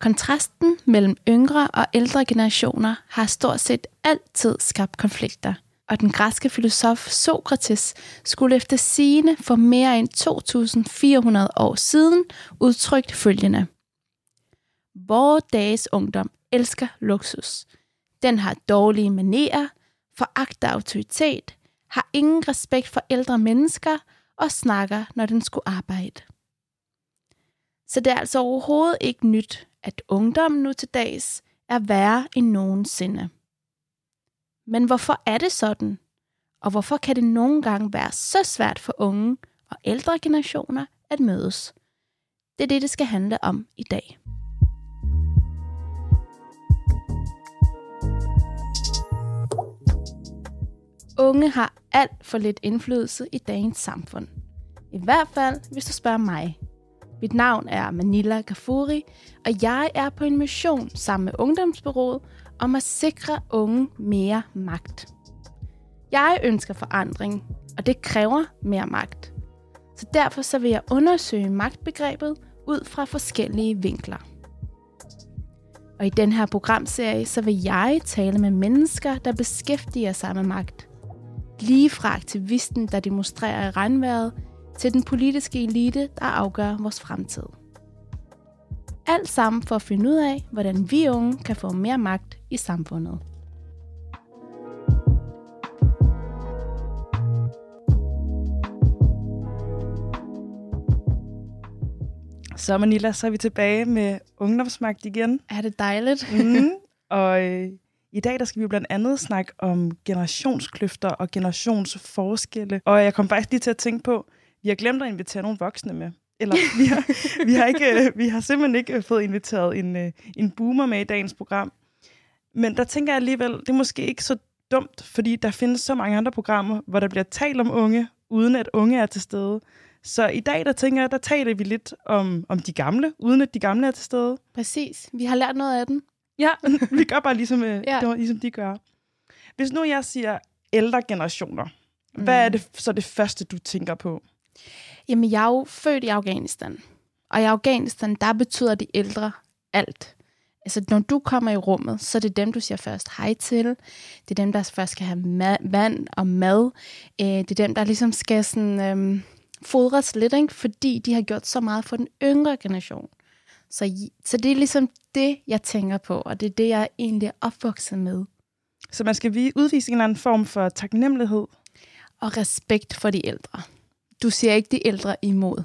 Kontrasten mellem yngre og ældre generationer har stort set altid skabt konflikter, og den græske filosof Sokrates skulle efter sigende for mere end 2400 år siden udtrykt følgende: Vore dages ungdom elsker luksus. Den har dårlige manerer, foragter autoritet, har ingen respekt for ældre mennesker og snakker, når den skulle arbejde. Så det er altså overhovedet ikke nyt, at ungdommen nu til dags er værre end nogensinde. Men hvorfor er det sådan? Og hvorfor kan det nogle gange være så svært for unge og ældre generationer at mødes? Det er det skal handle om i dag. Unge har alt for lidt indflydelse i dagens samfund. I hvert fald, hvis du spørger mig. Mit navn er Manila Gafuri, og jeg er på en mission sammen med Ungdomsbureauet om at sikre unge mere magt. Jeg ønsker forandring, og det kræver mere magt. Så derfor så vil jeg undersøge magtbegrebet ud fra forskellige vinkler. Og i den her programserie, så vil jeg tale med mennesker, der beskæftiger sig med magt. Lige fra aktivisten, der demonstrerer i regnvejret, til den politiske elite, der afgør vores fremtid. Alt sammen for at finde ud af, hvordan vi unge kan få mere magt i samfundet. Så Manila, så er vi tilbage med ungdomsmagt igen. Er det dejligt? Og i dag der skal vi blandt andet snakke om generationskløfter og generationsforskelle. Og jeg kom faktisk lige til at tænke på, vi har glemt at invitere nogle voksne med. Eller vi har simpelthen ikke fået inviteret en boomer med i dagens program. Men der tænker jeg alligevel, det er måske ikke så dumt, fordi der findes så mange andre programmer, hvor der bliver talt om unge, uden at unge er til stede. Så i dag, der tænker jeg, der taler vi lidt om de gamle, uden at de gamle er til stede. Præcis. Vi har lært noget af den. Ja, vi gør bare ligesom de gør. Hvis nu jeg siger ældre generationer, hvad er det så det første, du tænker på? Jamen, jeg er jo født i Afghanistan. Og i Afghanistan, der betyder de ældre alt. Altså, når du kommer i rummet, så er det dem, du siger først hej til. Det er dem, der først skal have vand og mad. Det er dem, der ligesom skal sådan, fodres lidt, ikke? Fordi de har gjort så meget for den yngre generation. Så det er ligesom det, jeg tænker på, og det er det, jeg egentlig er opvokset med. Så man skal udvise en eller anden form for taknemmelighed? Og respekt for de ældre. Du siger ikke de ældre imod.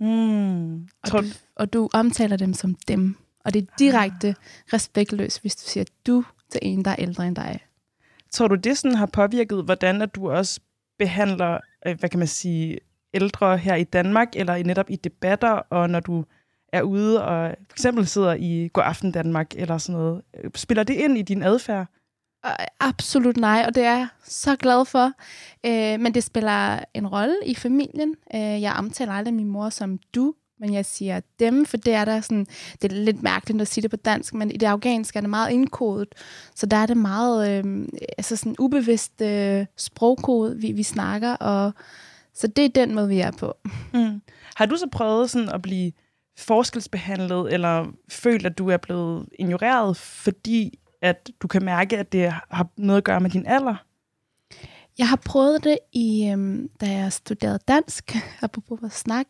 Og du omtaler dem som dem. Og det er direkte respektløst, hvis du siger du til en, der er ældre end dig. Tror du, det sådan har påvirket, hvordan at du også behandler, hvad kan man sige, ældre her i Danmark, eller netop i debatter, og når du er ude og for eksempel sidder i God Aften Danmark, eller sådan noget. Spiller det ind i din adfærd? Absolut nej, og det er jeg så glad for. Men det spiller en rolle i familien. Jeg omtaler aldrig min mor som du, men jeg siger dem, for det er der sådan, det er lidt mærkeligt at sige det på dansk, men i det afghanske er det meget indkodet, så der er det meget sådan ubevidst sprogkode, vi snakker, og så det er den måde, vi er på. Har du så prøvet sådan at blive forskelsbehandlet, eller følt, at du er blevet ignoreret, fordi at du kan mærke, at det har noget at gøre med din alder? Jeg har prøvet det, da jeg studerede dansk, apropos vores snak.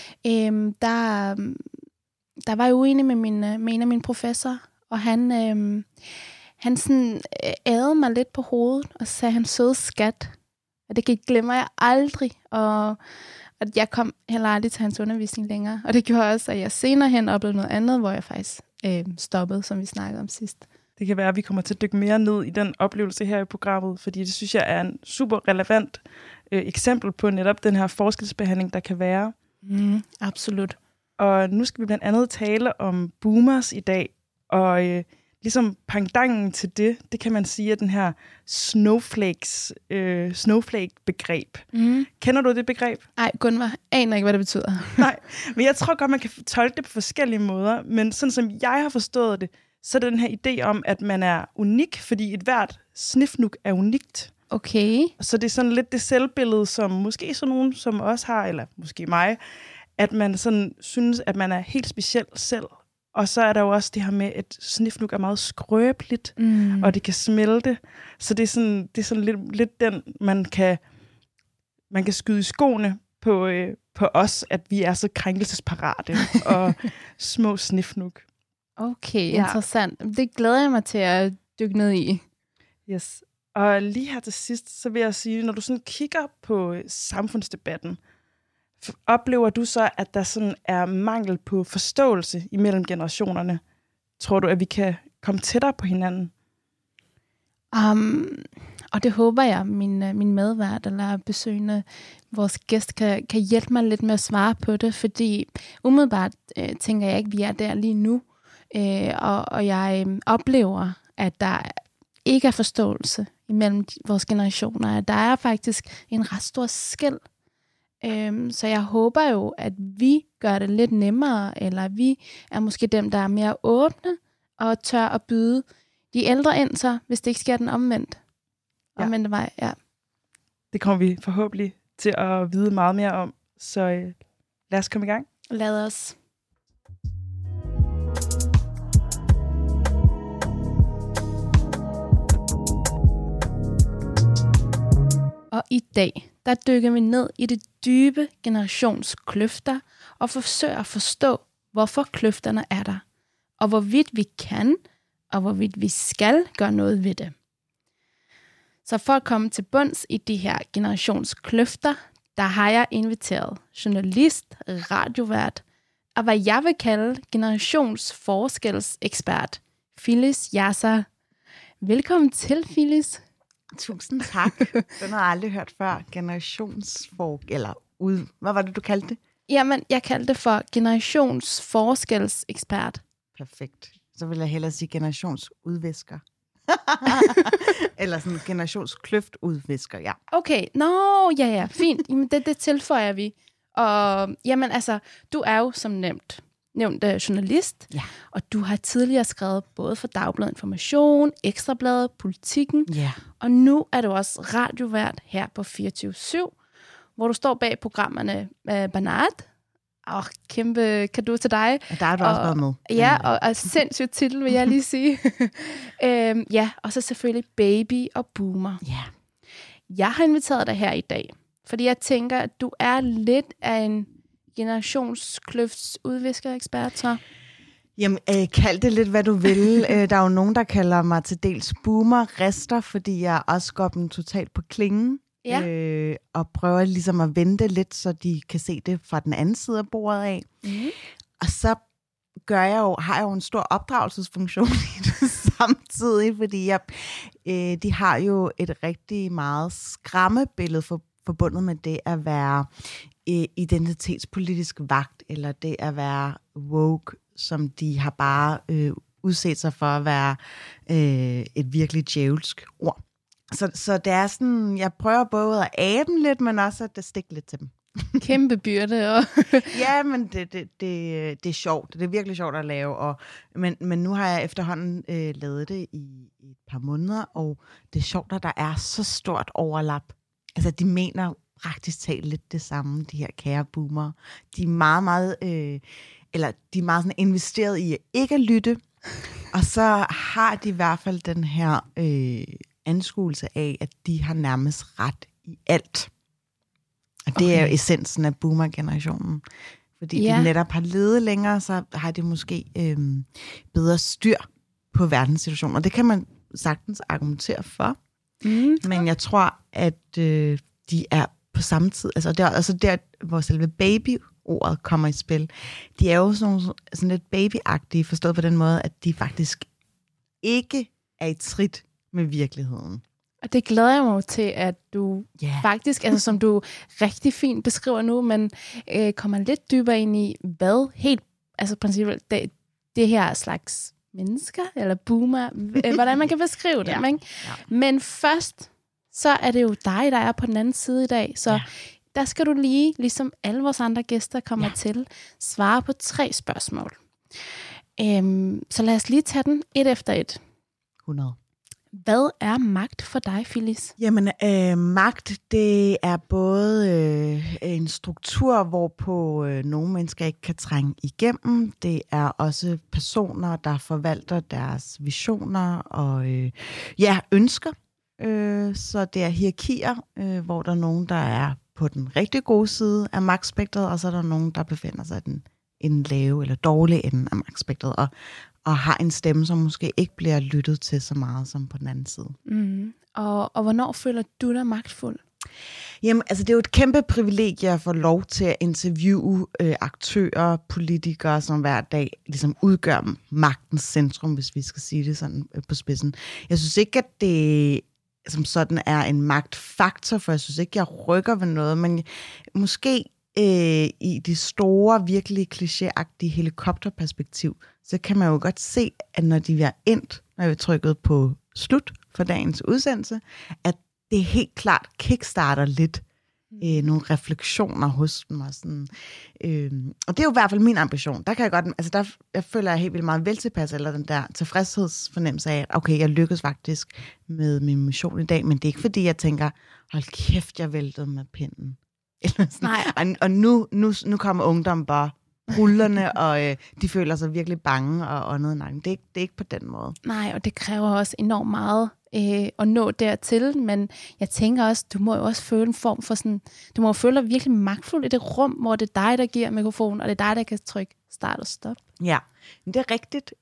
Der var jeg uenig med en af mine professorer, og han sådan ærede mig lidt på hovedet, og sagde, han søde skat. Og det glemmer jeg aldrig, og jeg kom heller aldrig til hans undervisning længere. Og det gjorde også, at jeg senere hen oplevede noget andet, hvor jeg faktisk stoppede, som vi snakkede om sidst. Det kan være, at vi kommer til at dykke mere ned i den oplevelse her i programmet, fordi det synes jeg er en super relevant eksempel på netop den her forskelsbehandling, der kan være. Absolut. Og nu skal vi blandt andet tale om boomers i dag, og ligesom pangdangen til det kan man sige, at den her snowflake-begreb. Kender du det begreb? Nej, Gunvar, aner ikke, hvad det betyder. Nej, men jeg tror godt, man kan tolke det på forskellige måder, men sådan som jeg har forstået det, så er det den her idé om, at man er unik, fordi et hvert snifnuk er unikt. Okay. Så det er sådan lidt det selvbillede, som måske sådan nogen som os har, eller måske mig, at man sådan synes, at man er helt speciel selv. Og så er der jo også det her med, at snifnuk er meget skrøbeligt, og det kan smelte. Så det er sådan lidt den, man kan skyde i skoene på os, at vi er så krænkelsesparate og små snifnuk. Okay, interessant. Det glæder jeg mig til at dykke ned i. Yes. Og lige her til sidst, så vil jeg sige, når du sådan kigger på samfundsdebatten, oplever du så, at der sådan er mangel på forståelse imellem generationerne? Tror du, at vi kan komme tættere på hinanden? Og det håber jeg, min medvært eller besøgende, vores gæst, kan hjælpe mig lidt med at svare på det, fordi umiddelbart tænker jeg ikke, vi er der lige nu, og jeg oplever, at der ikke er forståelse imellem vores generationer. Der er faktisk en ret stor skel. Så jeg håber jo, at vi gør det lidt nemmere, eller vi er måske dem, der er mere åbne og tør at byde de ældre ind, så hvis det ikke sker den omvendte vej. Ja. Det kommer vi forhåbentlig til at vide meget mere om, så lad os komme i gang. Lad os. Og i dag, der dykker vi ned i det dybe generationskløfter og forsøger at forstå, hvorfor kløfterne er der, og hvorvidt vi kan, og hvorvidt vi skal gøre noget ved det. Så for at komme til bunds i de her generationskløfter, der har jeg inviteret journalist, radiovært og hvad jeg vil kalde generationsforskelsekspert, Phyllis Yasser. Velkommen til, Phyllis. Tusind tak. Den har jeg aldrig hørt før. Hvad var det, du kaldte det? Jamen, jeg kaldte det for generationsforskelsekspert. Perfekt. Så vil jeg hellere sige generationsudvisker. Eller sådan generationskløftudvisker, ja. Okay, ja, fint. Jamen, det tilføjer vi. Og jamen, altså, du er jo som nævnt journalist, og du har tidligere skrevet både for Dagbladet Information, Ekstrabladet, Politikken, og nu er du også radiovært her på 24/7, hvor du står bag programmerne Banat. Kæmpe cadeau til dig. Og der har du også været med. Ja, og sindssygt titel, vil jeg lige sige. Og så selvfølgelig Baby og Boomer. Ja. Jeg har inviteret dig her i dag, fordi jeg tænker, at du er lidt af en generationskløftsudviskerekspert, så? Jamen, kald det lidt, hvad du vil. Der er jo nogen, der kalder mig til dels boomer-rester, fordi jeg også går dem totalt på klingen. Ja. Og prøver ligesom at vente lidt, så de kan se det fra den anden side af bordet af. Og så har jeg jo en stor opdragelsesfunktion i det samtidig, fordi de har jo et rigtig meget skræmmebillede forbundet med det at være identitetspolitisk vagt, eller det at være woke, som de har bare udset sig for at være et virkelig djævelsk ord. Så det er sådan, jeg prøver både at abe lidt, men også at stikke lidt til dem. Kæmpe byrde. Ja, men det er sjovt. Det er virkelig sjovt at lave. Men nu har jeg efterhånden lavet det i et par måneder, og det er sjovt, at der er så stort overlap. Altså, de mener praktisk talt lidt det samme, de her kære boomer. De er meget, meget, sådan investeret i ikke at lytte, og så har de i hvert fald den her anskuelse af, at de har nærmest ret i alt. Og det er jo essensen af boomer-generationen. Fordi de netop har levet længere, så har de måske bedre styr på verdenssituationen. Og det kan man sagtens argumentere for. Men jeg tror, at de er på samme tid, altså det er også der, hvor selve baby-ordet kommer i spil. De er jo sådan lidt babyagtige, forstået på den måde, at de faktisk ikke er i trit med virkeligheden. Og det glæder jeg mig til, at du faktisk, altså som du rigtig fint beskriver nu, men kommer lidt dybere ind i, hvad helt, altså principielt, det her slags mennesker, eller boomer, hvordan man kan beskrive dem, ikke? Ja. Men først, så er det jo dig, der er på den anden side i dag, så der skal du lige, ligesom alle vores andre gæster kommer til, svare på 3 spørgsmål. Så lad os lige tage den et efter et. 100. Hvad er magt for dig, Phyllis? Jamen, magt, det er både en struktur, hvorpå nogle mennesker ikke kan trænge igennem. Det er også personer, der forvalter deres visioner og ønsker. Så det er hierarkier, hvor der er nogen, der er på den rigtig gode side af magtspektret, og så er der nogen, der befinder sig i den lave eller dårlige ende af magtspektret, og har en stemme, som måske ikke bliver lyttet til så meget som på den anden side. Mm. Og hvornår føler du dig magtfuld? Jamen, altså det er jo et kæmpe privilegie at få lov til at interviewe aktører, politikere, som hver dag ligesom udgør magtens centrum, hvis vi skal sige det sådan på spidsen. Jeg synes ikke, at det som sådan er en magtfaktor, for jeg synes ikke, jeg rykker ved noget, men måske i det store, virkelig klichéagtige helikopterperspektiv, så kan man jo godt se, at når de er endt, når vi trykket på slut for dagens udsendelse, at det helt klart kickstarter lidt nogle refleksioner hos dem. Og, sådan. Og det er jo i hvert fald min ambition. Der kan jeg godt, altså jeg føler jeg helt vildt meget veltilpas, eller den der tilfredshedsfornemmelse af, at okay, jeg lykkes faktisk med min mission i dag, men det er ikke fordi, jeg tænker, hold kæft, jeg væltede med pinden. Eller sådan. Og nu kommer ungdom bare rullerne, og de føler sig virkelig bange og åndet nakken. Det er ikke på den måde. Nej, og det kræver også enormt meget at nå dertil, men jeg tænker også, du må jo også føle en form for sådan, du må føle dig virkelig magtfuld i det rum, hvor det er dig, der giver mikrofonen, og det er dig, der kan trykke start og stop. Ja, det er rigtigt,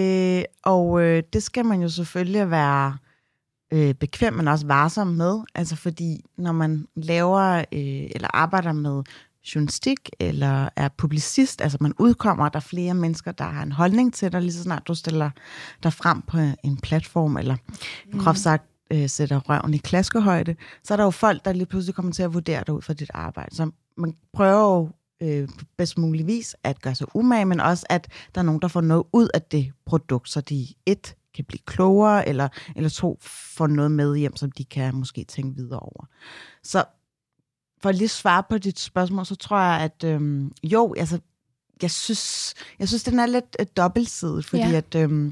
og det skal man jo selvfølgelig være bekvem, men også varsom med, altså fordi når man laver eller arbejder med journalistik, eller er publicist, altså man udkommer, der er flere mennesker, der har en holdning til dig, lige så snart du stiller dig frem på en platform, eller groft sagt sætter røven i klaskehøjde, så er der jo folk, der lige pludselig kommer til at vurdere dig ud fra dit arbejde. Så man prøver jo på bedst mulig vis at gøre sig umage, men også at der er nogen, der får noget ud af det produkt, så de kan blive klogere, eller 2 får noget med hjem, som de kan måske tænke videre over. Så for at lige svare på dit spørgsmål, så tror jeg, at jeg synes, den er lidt dobbeltsidet, fordi at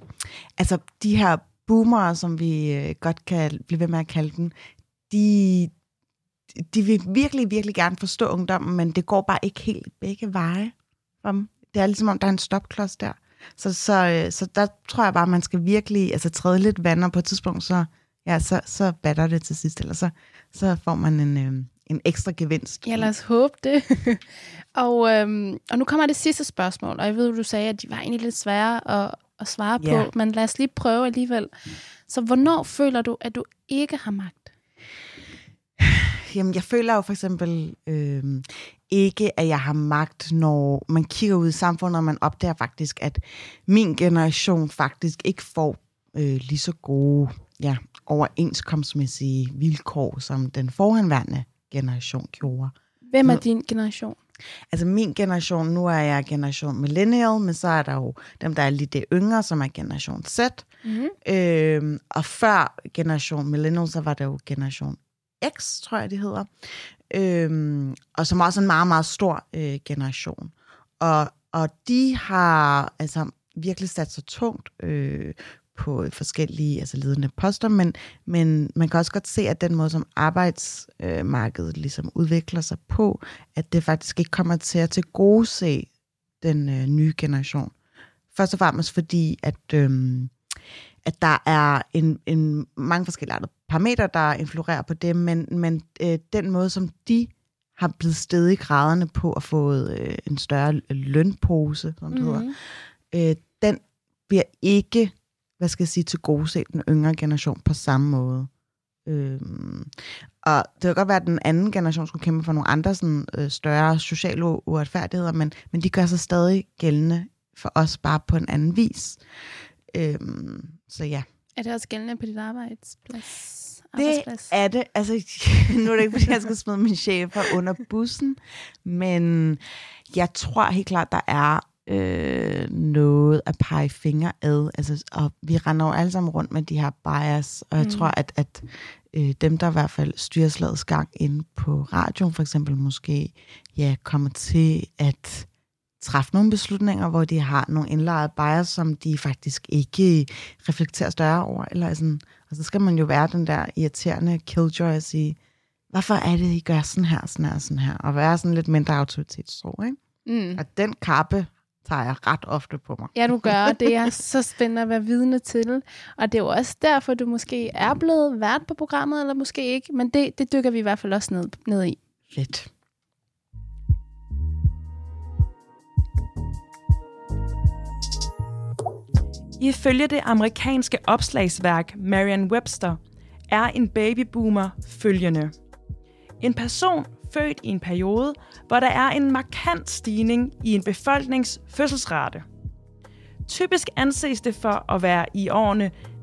de her boomere, som vi godt kan blive ved med at kalde dem, de vil virkelig, virkelig gerne forstå ungdommen, men det går bare ikke helt begge veje. Det er ligesom om, der er en stopklods der. Så der tror jeg bare, man skal virkelig træde lidt vand, og på et tidspunkt, så batter det til sidst, eller så får man en ekstra gevinst. Ja, lad os håbe det. og nu kommer det sidste spørgsmål, og jeg ved, du sagde, at de var egentlig lidt svære at svare på, men lad os lige prøve alligevel. Så hvornår føler du, at du ikke har magt? Jamen, jeg føler jo for eksempel ikke, at jeg har magt, når man kigger ud i samfundet, og man opdager faktisk, at min generation faktisk ikke får lige så gode overenskomstmæssige vilkår, som den forhenværende generation gjorde. Hvem er din generation? Altså min generation, nu er jeg generation millennial, men så er der jo dem, der er lidt det yngre, som er generation Z. Mm-hmm. Og før generation millennial, så var der jo generation X, tror jeg det hedder. Og som også er en meget, meget stor generation. Og de har altså virkelig sat sig tungt på forskellige ledende poster, men man kan også godt se, at den måde, som arbejdsmarkedet ligesom udvikler sig på, at det faktisk ikke kommer til at tilgodese den nye generation. Først og fremmest fordi, at der er en mange forskellige parametre, der influerer på det, men den måde, som de har blevet steget i graderne på at få en større lønpose, som det hedder, den bliver ikke til gode se den yngre generation på samme måde. Og det kan godt være, at den anden generation skulle kæmpe for nogle andre sådan, større sociale uretfærdigheder, men de gør sig stadig gældende for os bare på en anden vis. Så ja. Er det også gældende på dit arbejdsplads? Det er det. Altså, nu er det ikke, fordi jeg skal smide min chefer under bussen, men jeg tror helt klart, der er noget at pege fingre ad. Altså, og vi render jo alle sammen rundt med de her bias, og jeg tror, at dem, der i hvert fald styrer slagets gang inde på radioen, for eksempel måske, kommer til at træffe nogle beslutninger, hvor de har nogle indlejrede bias, som de faktisk ikke reflekterer større over. Eller sådan. Og så skal man jo være den der irriterende killjoy og sige, hvorfor er det, I gør sådan her, sådan her, sådan her? Og være sådan lidt mindre autoritetstro, ikke? Mm. Og den kappe tager jeg ret ofte på mig. Ja, du gør. Det er så spændende at være vidne til. Og det er jo også derfor, du måske er blevet vært på programmet, eller måske ikke. Men det dykker vi i hvert fald også ned i. Fedt. Ifølge det amerikanske opslagsværk Merriam-Webster er en babyboomer følgende. En person født i en periode, hvor der er en markant stigning i en befolknings fødselsrate. Typisk anses det for at være i årene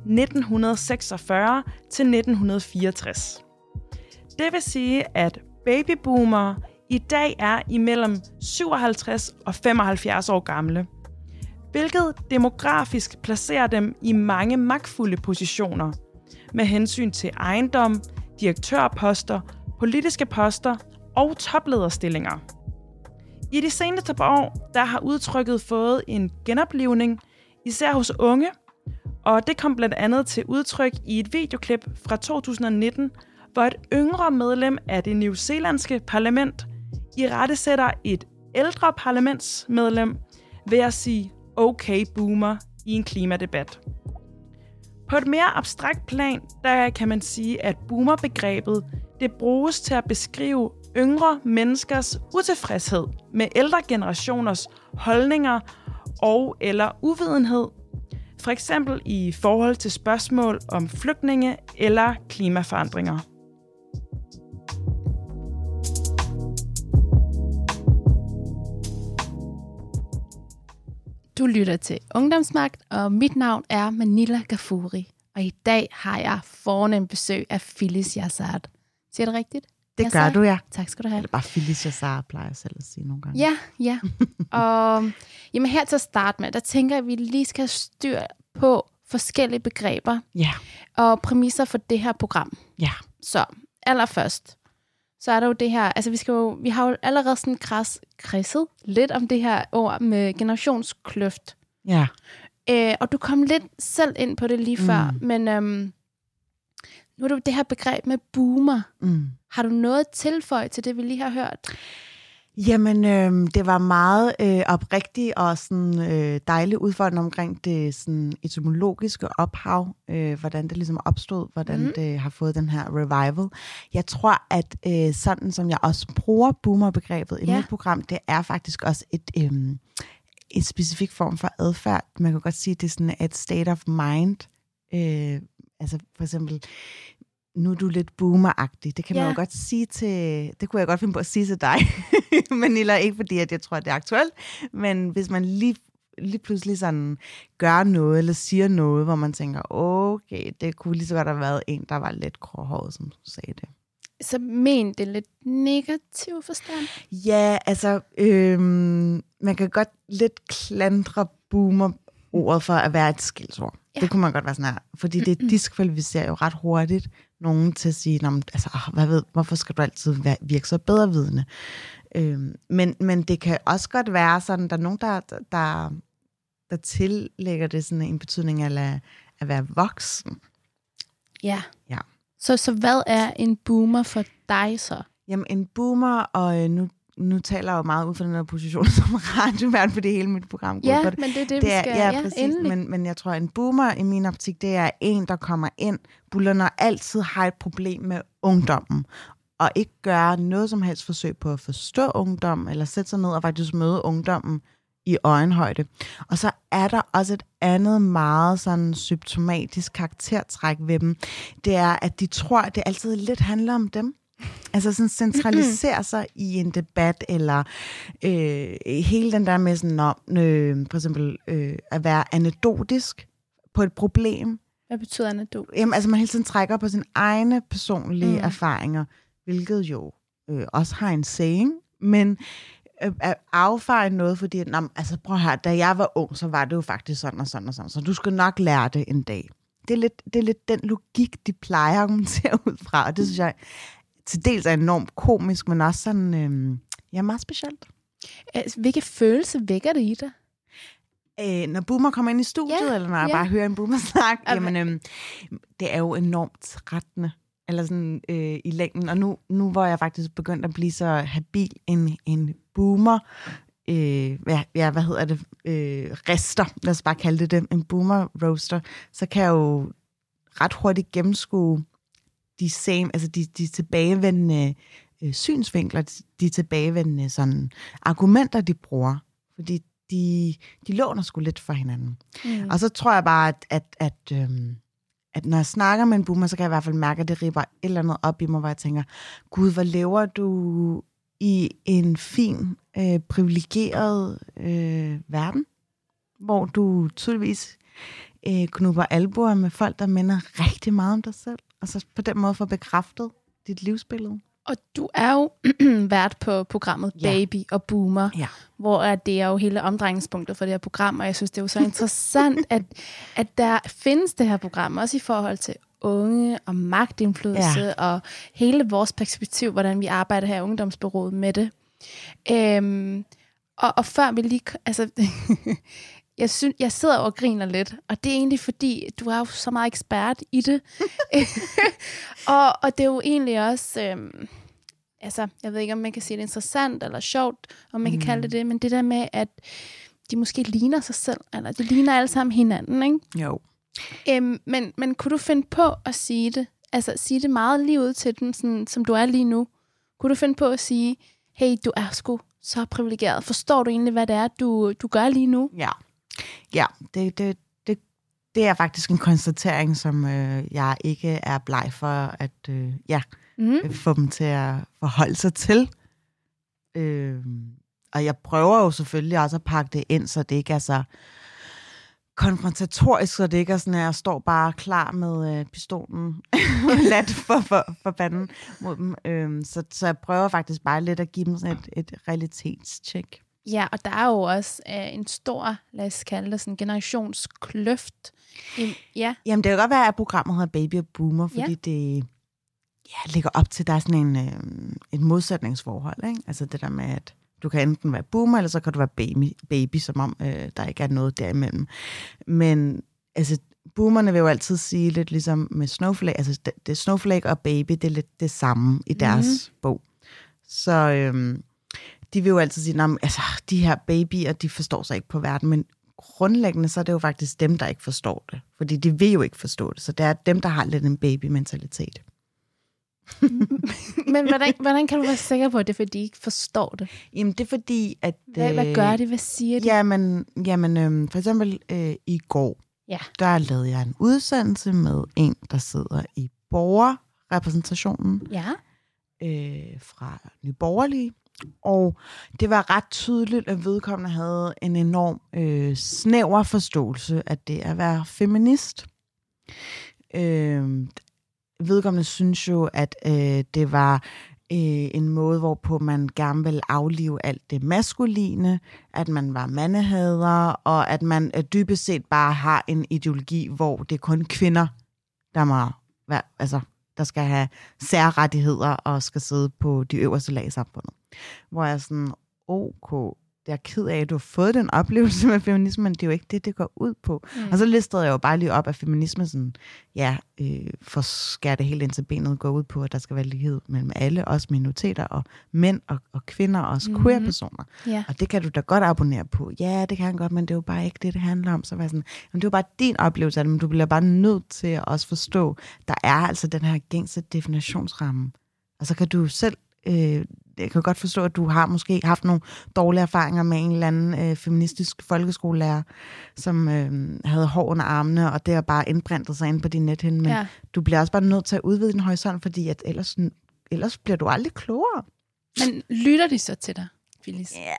1946 til 1964. Det vil sige, at babyboomer i dag er imellem 57 og 75 år gamle, hvilket demografisk placerer dem i mange magtfulde positioner med hensyn til ejendom, direktørposter, politiske poster og toplederstillinger. I de seneste par år, der har udtrykket fået en genoplivning, især hos unge, og det kom blandt andet til udtryk i et videoklip fra 2019, hvor et yngre medlem af det newzealandske parlament irettesætter et ældre parlamentsmedlem ved at sige okay boomer i en klimadebat. På et mere abstrakt plan, der kan man sige, at boomerbegrebet det bruges til at beskrive yngre menneskers utilfredshed med ældre generationers holdninger og eller uvidenhed, for eksempel i forhold til spørgsmål om flygtninge eller klimaforandringer. Du lytter til Ungdomsmagt, og mit navn er Manila Ghafouri. Og i dag har jeg fornemt besøg af Phyllis Yazzard. Siger det rigtigt? Det gør du, ja. Tak skal du have. Eller bare Phyllis Yazzard, plejer jeg selv at sige nogle gange. Ja. Og jamen her til at starte med, der tænker jeg, at vi lige skal have styr på forskellige begreber og præmisser for det her program. Ja. Så allerførst, så er der jo det her, altså vi har jo allerede sådan kredset lidt om det her ord med generationskløft. Ja. Og du kom lidt selv ind på det lige før, men nu er det jo det her begreb med boomer. Har du noget at tilføje til det, vi lige har hørt? Jamen, det var meget oprigtigt og sådan dejligt udfordrende omkring det sådan etymologiske ophav, hvordan det ligesom opstod, hvordan det har fået den her revival. Jeg tror, at sådan som jeg også bruger boomer-begrebet i mit program, det er faktisk også et specifik form for adfærd. Man kan godt sige, at det er sådan et state of mind. Altså for eksempel, nu er du lidt boomer-agtig. Det kan man jo godt sige til... Det kunne jeg godt finde på at sige til dig. Manila, ikke fordi, at jeg tror, at det er aktuelt. Men hvis man lige pludselig sådan gør noget, eller siger noget, hvor man tænker, okay, det kunne lige så godt have været en, der var lidt gråhåret, som du sagde det. Så men det lidt negativ forstand? Ja, altså, man kan godt lidt klandre boomer-ordet for at være et skældsord. Ja. Det kunne man godt være sådan her. Fordi det diskvalificerer jo ret hurtigt nogen til at sige, hvorfor skal du altid virke så bedrevidende? Men det kan også godt være sådan, der er nogen, der tillægger det sådan en betydning af at være voksen. Ja. Så hvad er en boomer for dig så? Jamen en boomer, og nu taler jeg jo meget ud fra den her position som radiovært, for det hele mit program går på det. Men det er det, vi skal. Ja, præcis. Men jeg tror, en boomer i min optik, det er en, der kommer ind, bullerne altid har et problem med ungdommen, og ikke gøre noget som helst forsøg på at forstå ungdom, eller sætte sig ned og faktisk møde ungdommen i øjenhøjde. Og så er der også et andet meget sådan symptomatisk karaktertræk ved dem. Det er, at de tror, at det altid lidt handler om dem. Altså sådan centralisere sig i en debat, eller hele den der med sådan, for eksempel at være anekdotisk på et problem. Hvad betyder anekdot? Jamen altså man hele tiden trækker på sine egne personlige erfaringer, hvilket jo også har en saying, men at affeje noget, fordi altså prøv at høre, da jeg var ung, så var det jo faktisk sådan og sådan og sådan, så du skal nok lære det en dag. Det er lidt den logik, de plejer at argumentere ud fra, og det synes jeg til dels er enormt komisk, men også sådan, meget specielt. Hvilke følelse vækker det i dig? Når boomer kommer ind i studiet, eller når jeg bare hører en boomer snakke, Okay. jamen, det er jo enormt trættende, eller sådan i længden. Og nu hvor jeg faktisk begyndt at blive så habil en boomer, hvad hedder det, rester, lad os bare kalde det en boomer roaster, så kan jeg jo ret hurtigt gennemskue de tilbagevendende synsvinkler, de tilbagevendende sådan argumenter, de bruger. Fordi de låner sgu lidt for hinanden. Mm. Og så tror jeg bare, at når jeg snakker med en boomer, så kan jeg i hvert fald mærke, at det ripper et eller andet op i mig, hvor jeg tænker, Gud, hvor lever du i en fin, privilegeret verden, hvor du tydeligvis knupper albuer med folk, der minder rigtig meget om dig selv, og så på den måde får bekræftet dit livsbillede. Og du er jo vært på programmet Baby og Boomer, hvor det er jo hele omdrejningspunktet for det her program, og jeg synes, det er jo så interessant, at der findes det her program, også i forhold til unge og magtindflydelse, og hele vores perspektiv, hvordan vi arbejder her i Ungdomsbureauet med det. Og før vi lige... Altså, jeg sidder og griner lidt, og det er egentlig fordi, du er jo så meget ekspert i det. og det er jo egentlig også... jeg ved ikke, om man kan sige det interessant eller sjovt, om man kan kalde det, men det der med, at de måske ligner sig selv, eller de ligner alle sammen hinanden, ikke? Jo. Men kunne du finde på at sige det? Altså sige det meget lige ud til den, sådan, som du er lige nu. Kunne du finde på at sige, hey, du er sgu så privilegeret. Forstår du egentlig, hvad det er, du gør lige nu? Ja, det er faktisk en konstatering, som jeg ikke er bleg for at få dem til at forholde sig til. Og jeg prøver jo selvfølgelig også at pakke det ind, så det ikke er så konfrontatorisk, så det ikke er sådan, at jeg står bare klar med pistolen lat for panden mod dem. Så jeg prøver faktisk bare lidt at give dem sådan et realitetstjek. Ja, og der er jo også en stor, lad os kalde det sådan, generationskløft. Jamen, det kan godt være, at programmet hedder Baby og Boomer, fordi det ligger op til, der er sådan et modsætningsforhold, ikke? Altså det der med, at du kan enten være boomer, eller så kan du være baby, som om der ikke er noget derimellem. Men altså, boomerne vil jo altid sige lidt ligesom med Snowflake, altså det Snowflake og baby, det er lidt det samme i deres bog. Så de vil jo altid sige, altså de her babyer, de forstår sig ikke på verden, men grundlæggende så er det jo faktisk dem, der ikke forstår det. Fordi de vil jo ikke forstå det, så det er dem, der har lidt en baby-mentalitet. Men hvordan kan du være sikker på, at det er, fordi de ikke forstår det? Jamen, det er fordi, at... Hvad gør de? Hvad siger de? Jamen for eksempel i går, der lavede jeg en udsendelse med en, der sidder i borgerrepræsentationen fra Nye Borgerlige. Og det var ret tydeligt, at vedkommende havde en enorm snæver forståelse af det at være feminist. Vedkommende synes jo, at det var en måde, hvorpå man gerne vil aflive alt det maskuline, at man var mandehader, og at man dybest set bare har en ideologi, hvor det er kun kvinder, der må være, altså, der skal have særrettigheder og skal sidde på de øverste lag i samfundet. Hvor jeg er sådan, okay, jeg er ked af, at du har fået den oplevelse med feminisme, men det er jo ikke det går ud på. Og så listede jeg jo bare lige op, at feminisme sådan, for at skære det helt ind til benet, går ud på, at der skal være lighed mellem alle, også minoriteter og mænd og kvinder, og også queer-personer. Yeah. Og det kan du da godt abonnere på. Ja, det kan han godt, men det er jo bare ikke det handler om. Så var sådan, men det er jo bare din oplevelse af det, men du bliver bare nødt til at også forstå, der er altså den her gængse definitionsramme. Og så kan du selv... jeg kan godt forstå, at du har måske haft nogle dårlige erfaringer med en eller anden feministisk folkeskolelærer, som havde hår under armene, og det har bare indprintet sig ind på din nethinde. Men du bliver også bare nødt til at udvide din horisont, fordi at ellers bliver du aldrig klogere. Men lytter de så til dig, Phyllis? Ja,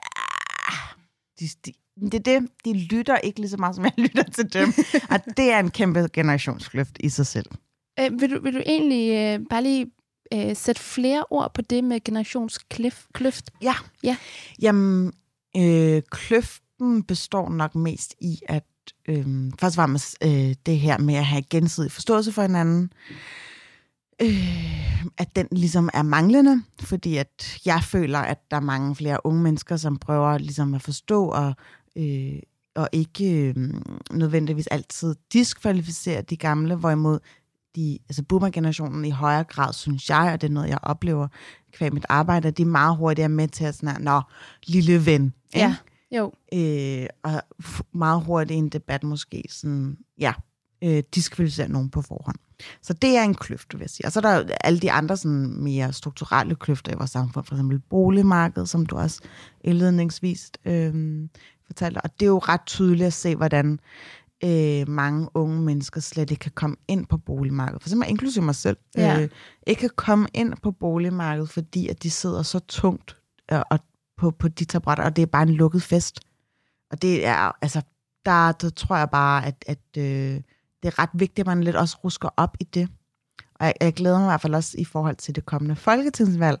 de lytter ikke lige så meget, som jeg lytter til dem. Og det er en kæmpe generationskløft i sig selv. Vil du egentlig bare lige sætte flere ord på det med generationskløft? Ja. Jamen, kløften består nok mest i, at først og fremmest det her med at have gensidig forståelse for hinanden. at den ligesom er manglende, fordi at jeg føler, at der er mange flere unge mennesker, som prøver ligesom at forstå og ikke nødvendigvis altid diskvalificere de gamle, hvorimod boomer-generationen i højere grad, synes jeg, og det er noget, jeg oplever kvæg mit arbejde, de er meget hurtigere med til at sådan, lille ven. Ja, jo. Og meget hurtigt i en debat måske sådan, diskvalificere nogen på forhånd. Så det er en kløft, vil jeg sige. Og så er der alle de andre sådan, mere strukturelle kløfter i vores samfund, for eksempel boligmarkedet, som du også indledningsvis fortalte. Og det er jo ret tydeligt at se, hvordan mange unge mennesker slet ikke kan komme ind på boligmarkedet. For eksempel inklusive mig selv. Ikke kan komme ind på boligmarkedet, fordi at de sidder så tungt og på de taburetter, og det er bare en lukket fest. Og det er, altså, der tror jeg bare, at det er ret vigtigt, at man lidt også rusker op i det. Og jeg glæder mig i hvert fald også i forhold til det kommende folketingsvalg.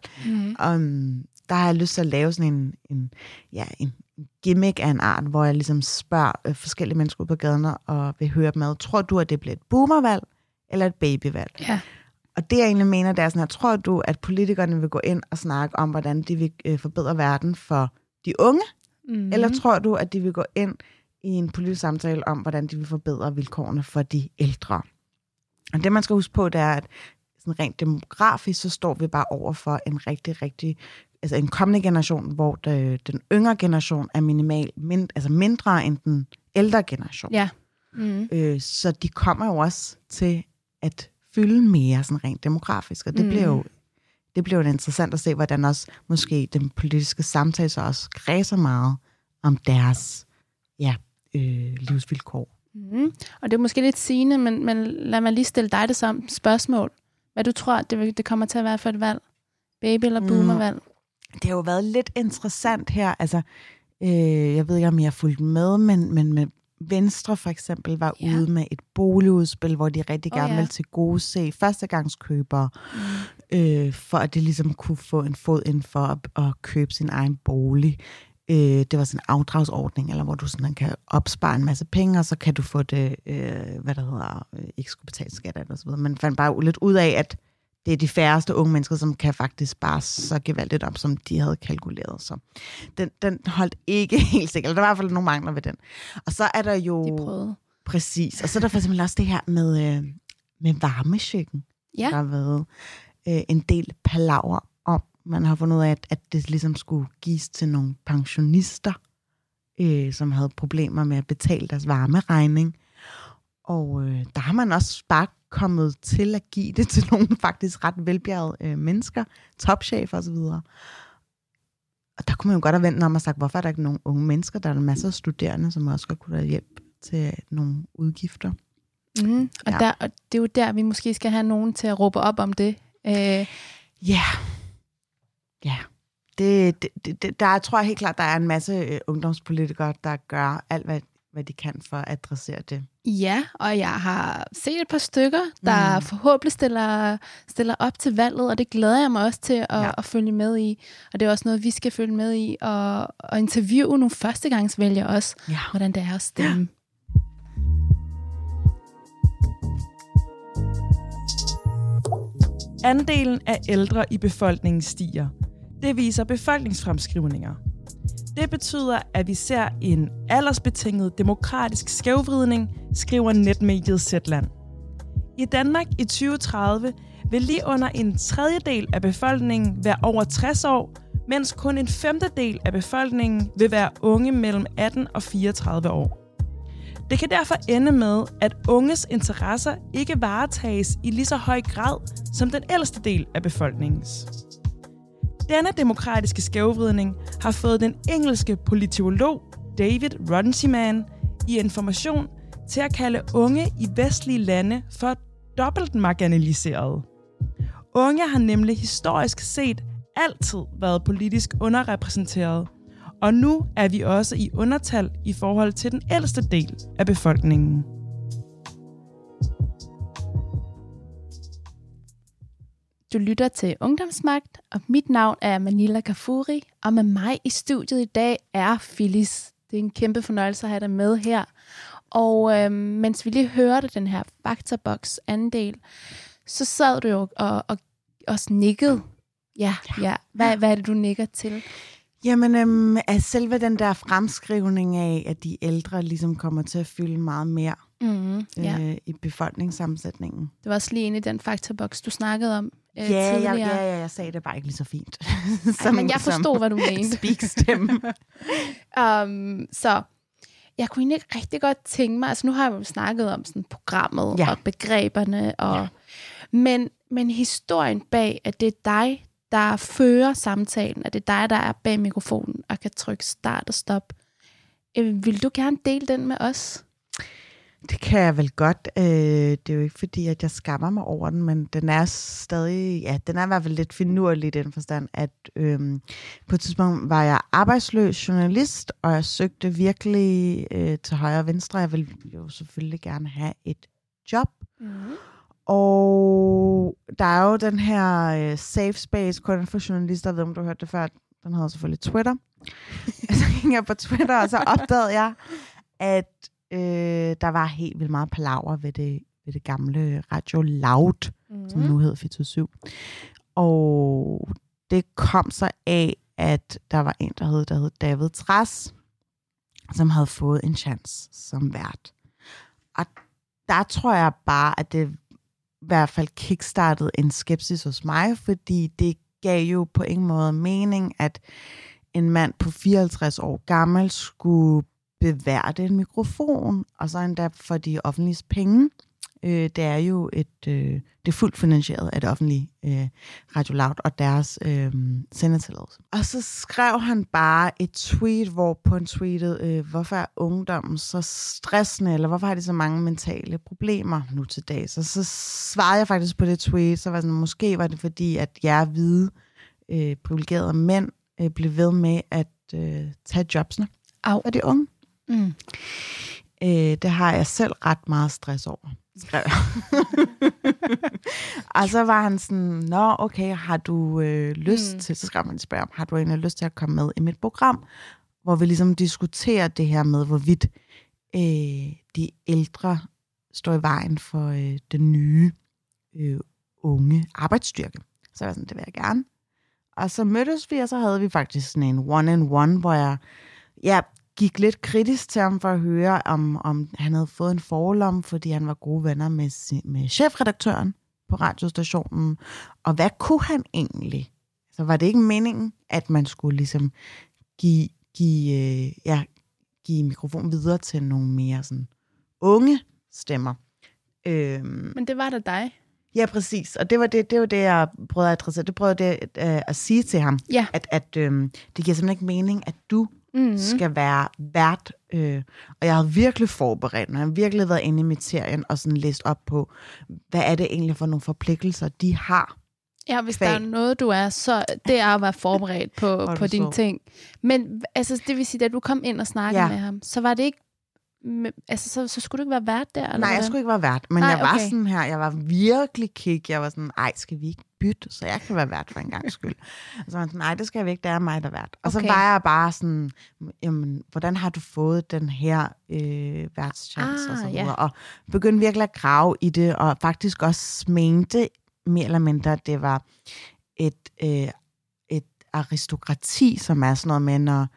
Der har jeg lyst til at lave sådan en gimmick af en art, hvor jeg ligesom spørger forskellige mennesker ud på gaden og vil høre dem ad. Tror du, at det bliver et boomervalg eller et babyvalg? Ja. Og det jeg egentlig mener, det er sådan her, tror du, at politikerne vil gå ind og snakke om, hvordan de vil forbedre verden for de unge? Eller tror du, at de vil gå ind i en politisk samtale om, hvordan de vil forbedre vilkårene for de ældre? Og det man skal huske på, det er, at sådan rent demografisk, så står vi bare over for en rigtig, altså en kommende generation, hvor den yngre generation er mindre end den ældre generation. Ja. Så de kommer jo også til at fylde mere sådan rent demografisk, og det bliver jo interessant at se, hvordan også måske den politiske samtale så også kredser meget om deres livsvilkår. Og det er måske lidt sigende, men lad mig lige stille dig det samme spørgsmål. Hvad du tror, det kommer til at være for et valg? Baby- eller boomervalg? Det har jo været lidt interessant her. Altså, jeg ved ikke, om jeg har fulgt med, men med Venstre for eksempel var ude med et boligudspil, hvor de rigtig gerne ville til gode se førstegangskøbere, for at det ligesom kunne få en fod ind for at købe sin egen bolig. Det var sådan en afdragsordning, eller hvor du sådan kan opspare en masse penge, og så kan du få det, ikke skulle betale skat af, og så videre. Men fandt bare lidt ud af, at det er de færreste unge mennesker, som kan faktisk spare så gevaldigt op, som de havde kalkuleret. Så den holdt ikke helt sikkert. Der var i hvert fald nogle mangler ved den. Og så er der jo... De prøvede. Præcis. Og så er der for eksempel også det her med varmechecken. Ja. Der har været en del palaver om. Man har fundet ud af, at det ligesom skulle gives til nogle pensionister, som havde problemer med at betale deres varmeregning. Og der har man også bare kommet til at give det til nogle faktisk ret velbjergede mennesker, topchefer osv. Og der kunne man jo godt have vendt om og sagt, hvorfor er der ikke nogen unge mennesker? Der er masser af studerende, som også godt kunne have hjælp til nogle udgifter. Og det er jo der, vi måske skal have nogen til at råbe op om det. Ja. Der tror jeg helt klart, der er en masse ungdomspolitikere, der gør alt, hvad de kan for at adressere det. Ja, og jeg har set et par stykker, der forhåbentlig stiller op til valget, og det glæder jeg mig også til at følge med i. Og det er også noget, vi skal følge med i, og interviewe nogle førstegangsvælgere også, hvordan det er at stemme. Andelen af ældre i befolkningen stiger. Det viser befolkningsfremskrivninger. Det betyder, at vi ser en aldersbetinget demokratisk skævvridning, skriver netmediet Zetland. I Danmark i 2030 vil lige under en tredjedel af befolkningen være over 60 år, mens kun en femtedel af befolkningen vil være unge mellem 18 og 34 år. Det kan derfor ende med, at unges interesser ikke varetages i lige så høj grad som den ældste del af befolkningens. Denne demokratiske skævvridning har fået den engelske politolog David Runciman i Information til at kalde unge i vestlige lande for dobbelt marginaliserede. Unge har nemlig historisk set altid været politisk underrepræsenteret, og nu er vi også i undertal i forhold til den ældste del af befolkningen. Du lytter til Ungdomsmagt, og mit navn er Manila Kafuri, og med mig i studiet i dag er Phyllis. Det er en kæmpe fornøjelse at have dig med her. Og mens vi lige hørte den her faktaboks anden del, så sad du jo og også nikkede. Ja. Hvad er det, du nikker til? Jamen, selve den der fremskrivning af, at de ældre ligesom kommer til at fylde meget mere i befolkningssammensætningen. Det var også lige inde i den faktorboks, du snakkede om tidligere. Ja, jeg sagde det bare ikke lige så fint. Men jeg forstod, hvad du mente. Speak-stemme. Så jeg kunne egentlig ikke rigtig godt tænke mig, altså nu har jeg jo snakket om sådan programmet og begreberne, men historien bag, at det er dig, der fører samtalen, at det er dig, der er bag mikrofonen og kan trykke start og stop. Vil du gerne dele den med os? Det kan jeg vel godt. Det er jo ikke fordi, at jeg skammer mig over den, men den er stadig, den er i hvert fald lidt finurlig i den forstand, at på et tidspunkt var jeg arbejdsløs journalist, og jeg søgte virkelig til højre og venstre. Jeg ville jo selvfølgelig gerne have et job. Og der er jo den her safe space kun for journalister, jeg ved om du har hørt det før, den hedder selvfølgelig Twitter. Så gik jeg på Twitter, og så opdagede jeg, at der var helt vildt meget palaver ved det gamle Radio Loud, som nu hedder 24/7. Og det kom så af, at der var en, der hed David Trads, som havde fået en chance som vært. Og der tror jeg bare, at det i hvert fald kickstartede en skepsis hos mig, fordi det gav jo på ingen måde mening, at en mand på 54 år gammel skulle beværte en mikrofon, og så endda for de offentlige penge. Det er jo det er fuldt finansieret af det offentlige Radio Loud og deres sendetilladelse. Og så skrev han bare et tweet, hvor på en tweetet, hvorfor er ungdommen så stressende, eller hvorfor har de så mange mentale problemer nu til dag? Så svarede jeg faktisk på det tweet, så var sådan, måske var det fordi, at jeg hvide privilegerede mænd blev ved med at tage jobsene af de unge. Det har jeg selv ret meget stress over, skrev jeg. Og så var han sådan, nå okay, har du lyst til, så skrev man spørge om, har du egentlig lyst til at komme med i mit program, hvor vi ligesom diskuterer det her med, hvorvidt de ældre står i vejen for den nye unge arbejdsstyrke. Så var jeg sådan, det vil jeg gerne. Og så mødtes vi, og så havde vi faktisk sådan en one-on-one, hvor jeg gik lidt kritisk til ham for at høre, om han havde fået en forlom, fordi han var gode venner med chefredaktøren på radiostationen. Og hvad kunne han egentlig? Så var det ikke meningen, at man skulle ligesom give mikrofonen videre til nogle mere sådan unge stemmer. Men det var da dig. Ja, præcis. Og det var det, jeg prøvede at adressere. Det prøvede jeg at sige til ham. Ja. At det giver simpelthen ikke mening, at du skal være vært. Og jeg havde virkelig forberedt mig. Jeg har virkelig været inde i materien og sådan læst op på, hvad er det egentlig for nogle forpligtelser, de har. Ja, hvis der er noget, du er, så det er at være forberedt på dine ting. Men altså, det vil sige, at du kom ind og snakkede med ham, så var det ikke, altså så skulle du ikke være vært der? Eller Nej, hvad? jeg skulle ikke være vært, men jeg var sådan her, jeg var virkelig kig, jeg var sådan, skal vi ikke bytte, så jeg kan være vært for en gang skyld. Og så var jeg sådan, nej, det skal jeg ikke, det er mig, der er vært. Og så var jeg bare sådan, jamen, hvordan har du fået den her værtschance og så videre, og begyndte virkelig at grave i det, og faktisk også mente mere eller mindre, at det var et aristokrati, som er sådan noget med,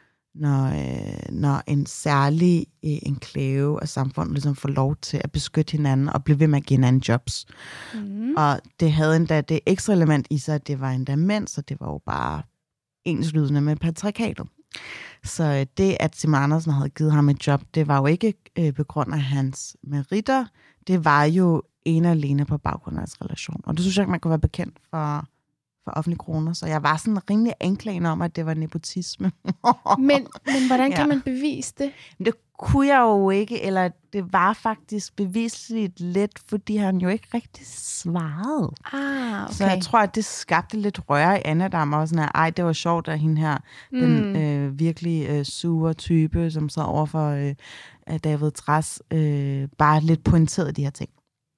når en særlig enklave af samfundet ligesom får lov til at beskytte hinanden og blive ved med at give hinanden jobs. Og det havde endda det ekstra element i sig, at det var endda mænd, så det var jo bare enslydende med patriarkatet. Så det, at Simon Andersen havde givet ham et job, det var jo ikke på grund af hans meritter, det var jo ene og alene på baggrund af hans relation. Og det synes jeg ikke, man kunne være bekendt for offentlige kroner, så jeg var sådan rimelig anklagende om, at det var nepotisme. men hvordan kan man bevise det? Det kunne jeg jo ikke, eller det var faktisk bevisligt lidt, fordi han jo ikke rigtig svarede. Okay. Så jeg tror, at det skabte lidt røre i Anna, der var sådan her, det var sjovt, at hende her, den virkelig sure type, som sad over for David Trads, bare lidt pointerede de her ting.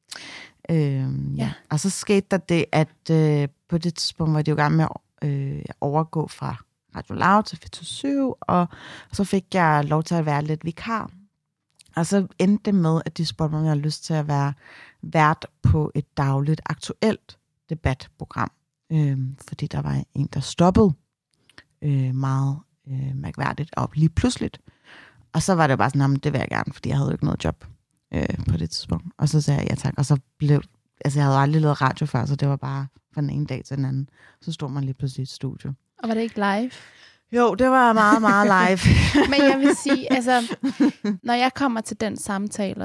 Og så skete der det, at på det tidspunkt var det jo gang med at overgå fra Radio Loud til 24/7, og så fik jeg lov til at være lidt vikar. Og så endte det med, at de spurgte mig, om jeg havde lyst til at være vært på et dagligt aktuelt debatprogram. Fordi der var en, der stoppede meget mærkværdigt op lige pludseligt. Og så var det bare sådan, det vil jeg gerne, fordi jeg havde jo ikke noget job på det tidspunkt. Og så sagde jeg ja tak, og så blev... Altså, jeg havde aldrig lavet radio før, så det var bare fra den ene dag til den anden. Så stod man lige pludselig i et studie. Og var det ikke live? Jo, det var meget, meget live. Men jeg vil sige, altså, når jeg kommer til den samtale,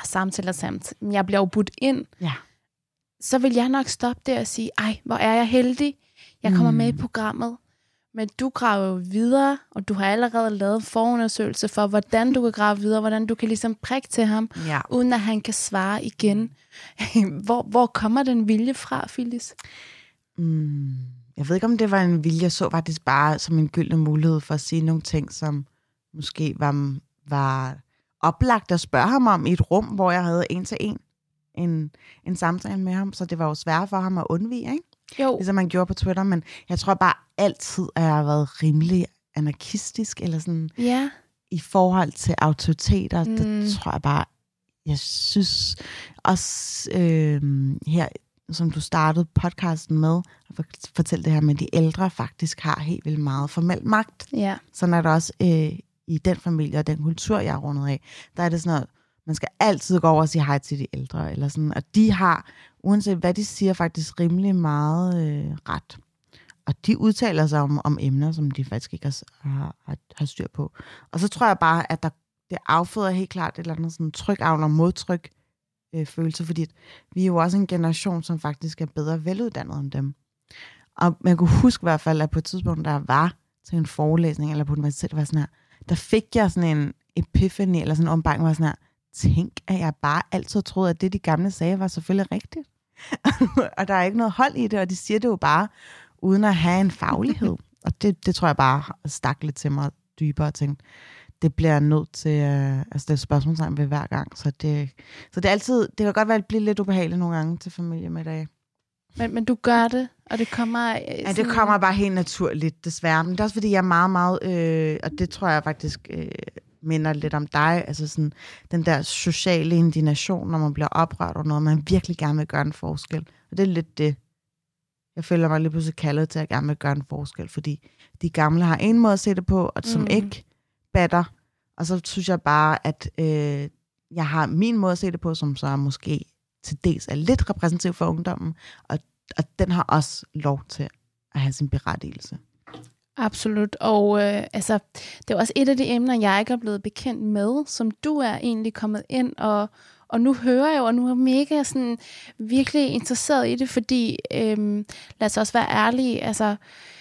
jeg bliver jo budt ind, så vil jeg nok stoppe der og sige, ej, hvor er jeg heldig. Jeg kommer med i programmet. Men du graver jo videre, og du har allerede lavet en forundersøgelse for, hvordan du kan grave videre, hvordan du kan ligesom prikke til ham, uden at han kan svare igen. Hvor kommer den vilje fra, Phyllis? Jeg ved ikke, om det var en vilje. Jeg så faktisk bare som en gyldne mulighed for at sige nogle ting, som måske var oplagt at spørge ham om i et rum, hvor jeg havde en samtale med ham. Så det var jo svært for ham at undvige, ikke? Jo. Ligesom man gjorde på Twitter, men jeg tror bare altid, at jeg har været rimelig anarkistisk, eller sådan i forhold til autoriteter. Det tror jeg bare, jeg synes også her, som du startede podcasten med, at fortælle det her med, de ældre faktisk har helt vildt meget formel magt. Ja. Sådan er det også i den familie og den kultur, jeg er rundet af. Der er det sådan noget, man skal altid gå over og sige hej til de ældre, eller sådan, og de har, uanset hvad de siger, faktisk rimelig meget ret. Og de udtaler sig om emner, som de faktisk ikke har styr på. Og så tror jeg bare, at det afføder helt klart et eller andet sådan tryk-avl og modtryk følelse, fordi vi er jo også en generation, som faktisk er bedre veluddannet end dem. Og man kunne huske i hvert fald, at på et tidspunkt, der var til en forelæsning, eller på universitetet, var sådan her, der fik jeg sådan en epiphany, eller sådan en ombank, var sådan her, tænk, at jeg bare altid troede, at det, de gamle sagde, var selvfølgelig rigtigt. Og der er ikke noget hold i det, og de siger det jo bare, uden at have en faglighed. Og det tror jeg bare stak lidt til mig dybere og tænkte, det bliver nødt til at stille spørgsmålstegn ved hver gang. Så det er altid, det kan godt være, at det bliver lidt ubehageligt nogle gange til familiemiddag. Men du gør det, og det kommer... Ja, det kommer bare helt naturligt, desværre. Men det er også, fordi jeg er meget, meget... og det tror jeg faktisk minder lidt om dig. Altså sådan, den der sociale indignation, når man bliver oprørt over noget, man virkelig gerne vil gøre en forskel. Og det er lidt det. Jeg føler mig lige pludselig kaldet til at gerne vil gøre en forskel, fordi de gamle har en måde at se det på, og som ikke batter. Og så synes jeg bare, at jeg har min måde at se det på, som så måske til dels er lidt repræsentativ for ungdommen, og den har også lov til at have sin berettigelse. Absolut, og altså, det er også et af de emner, jeg ikke er blevet bekendt med, som du er egentlig kommet ind, og nu hører jeg jo, og nu er jeg mega sådan, virkelig interesseret i det, fordi lad os også være ærlige, altså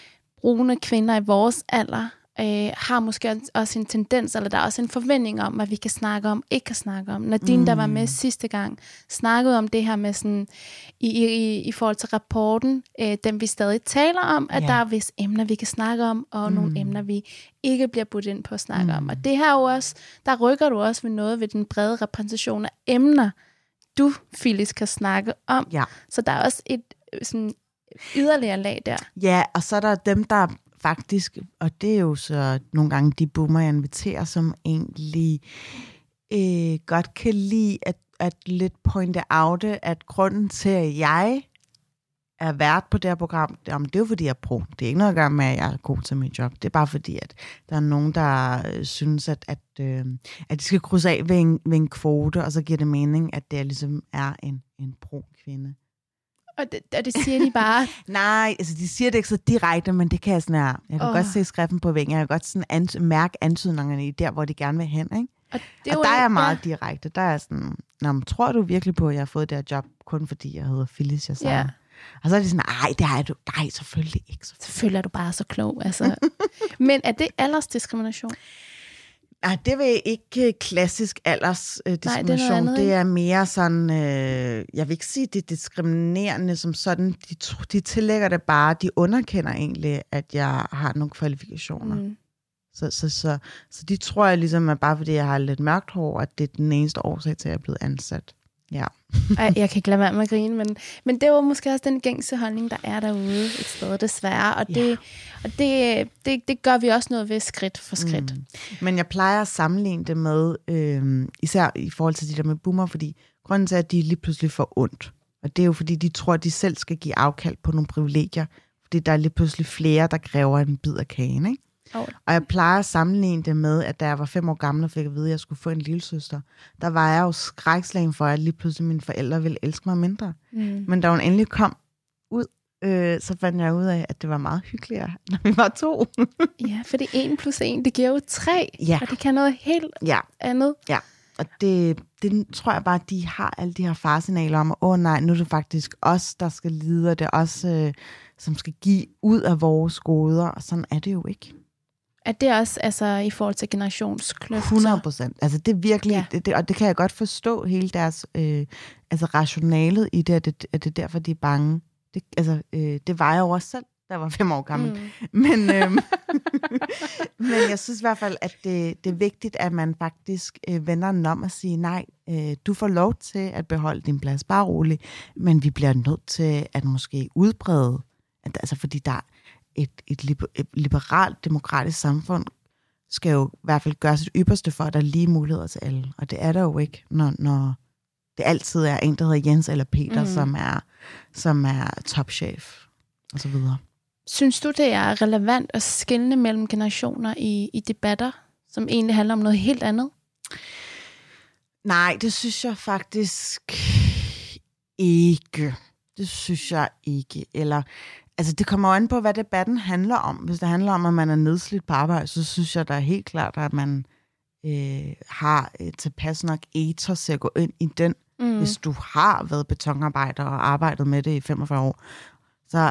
brune kvinder i vores alder, har måske også en tendens, eller der er også en forventning om, at vi kan snakke om, ikke kan snakke om. Nadine, der var med sidste gang, snakkede om det her med sådan, i forhold til rapporten, dem vi stadig taler om, at der er visse emner, vi kan snakke om, og nogle emner, vi ikke bliver budt ind på at snakke om. Og det her jo også, der rykker du også ved noget ved den brede repræsentation af emner, du, Phyllis, kan snakke om. Ja. Så der er også et sådan yderligere lag der. Ja, og så er der dem, der faktisk, og det er jo så nogle gange de boomer, jeg inviterer, som egentlig godt kan lide at lidt pointe oute, at grunden til, at jeg er vært på det her program, det er jo fordi, jeg er brun. Det er ikke noget at gøre med, at jeg er god til mit job. Det er bare fordi, at der er nogen, der synes, at de skal krydse af ved en kvote, og så giver det mening, at det ligesom er en brun kvinde. Og det siger de bare? Nej, altså de siger det ikke så direkte, men det kan jeg sådan her. Jeg kan godt se skriften på væggen. Jeg kan godt sådan mærke antydningerne i der, hvor de gerne vil hen, ikke? Og der er jeg meget direkte. Der er sådan, tror du virkelig på, at jeg har fået det her job, kun fordi jeg hedder Phyllis, jeg sagde. Og så er de sådan, det er du. Nej, selvfølgelig ikke. Selvfølgelig er du bare så klog, altså. Men er det aldersdiskrimination? Nej, det er ikke klassisk aldersdiskrimination. Nej, det er mere sådan, jeg vil ikke sige, det er diskriminerende som sådan. De tillægger det bare, de underkender egentlig, at jeg har nogle kvalifikationer. Så de tror jeg ligesom, at bare fordi jeg har lidt mørkt hår, at det er den eneste årsag til, at jeg er blevet ansat. Ja. Jeg kan ikke lade være med at grine, men det var måske også den gængse holdning, der er derude et sted, desværre. Og det gør vi også noget ved skridt for skridt. Men jeg plejer at sammenligne det med, især i forhold til de der med boomer, fordi grunden til, at de lige pludselig får ondt, og det er jo fordi, de tror, at de selv skal give afkald på nogle privilegier, fordi der er lige pludselig flere, der kræver en bid af kagen, ikke? Og jeg plejer at sammenligne det med, at da jeg var 5 år gammel og fik at vide, at jeg skulle få en lillesøster, der var jeg jo skrækslagen for, at lige pludselig mine forældre ville elske mig mindre. Men da hun endelig kom ud, så fandt jeg ud af, at det var meget hyggeligere, når vi var 2. Ja, fordi 1 + 1, det giver jo 3, og det kan noget helt andet. Ja, og det tror jeg bare, at de har alle de her faresignaler om, at nej, nu er det faktisk os, der skal lide, og det er os, som skal give ud af vores goder, og sådan er det jo ikke. Er det også altså, i forhold til generationskløfter? 100%. Altså det er virkelig, og det kan jeg godt forstå, hele deres rationalet i det, at det er derfor, de er bange. Det var jeg jo også selv, da jeg var 5 år gammel. Men jeg synes i hvert fald, at det er vigtigt, at man faktisk vender den om og siger, nej, du får lov til at beholde din plads, bare rolig, men vi bliver nødt til at måske udbrede, fordi der er et liberalt, demokratisk samfund skal jo i hvert fald gøre sit ypperste for, at der er lige muligheder til alle. Og det er der jo ikke, når det altid er en, der hedder Jens eller Peter, som er topchef, og så videre. Synes du, det er relevant at skelne mellem generationer i debatter, som egentlig handler om noget helt andet? Nej, det synes jeg faktisk ikke. Det synes jeg ikke. Eller, altså det kommer an på, hvad debatten handler om. Hvis det handler om, at man er nedslidt på arbejde, så synes jeg da helt klart, at man har tilpas nok ethos til at gå ind i den. Hvis du har været betonarbejder og arbejdet med det i 45 år, så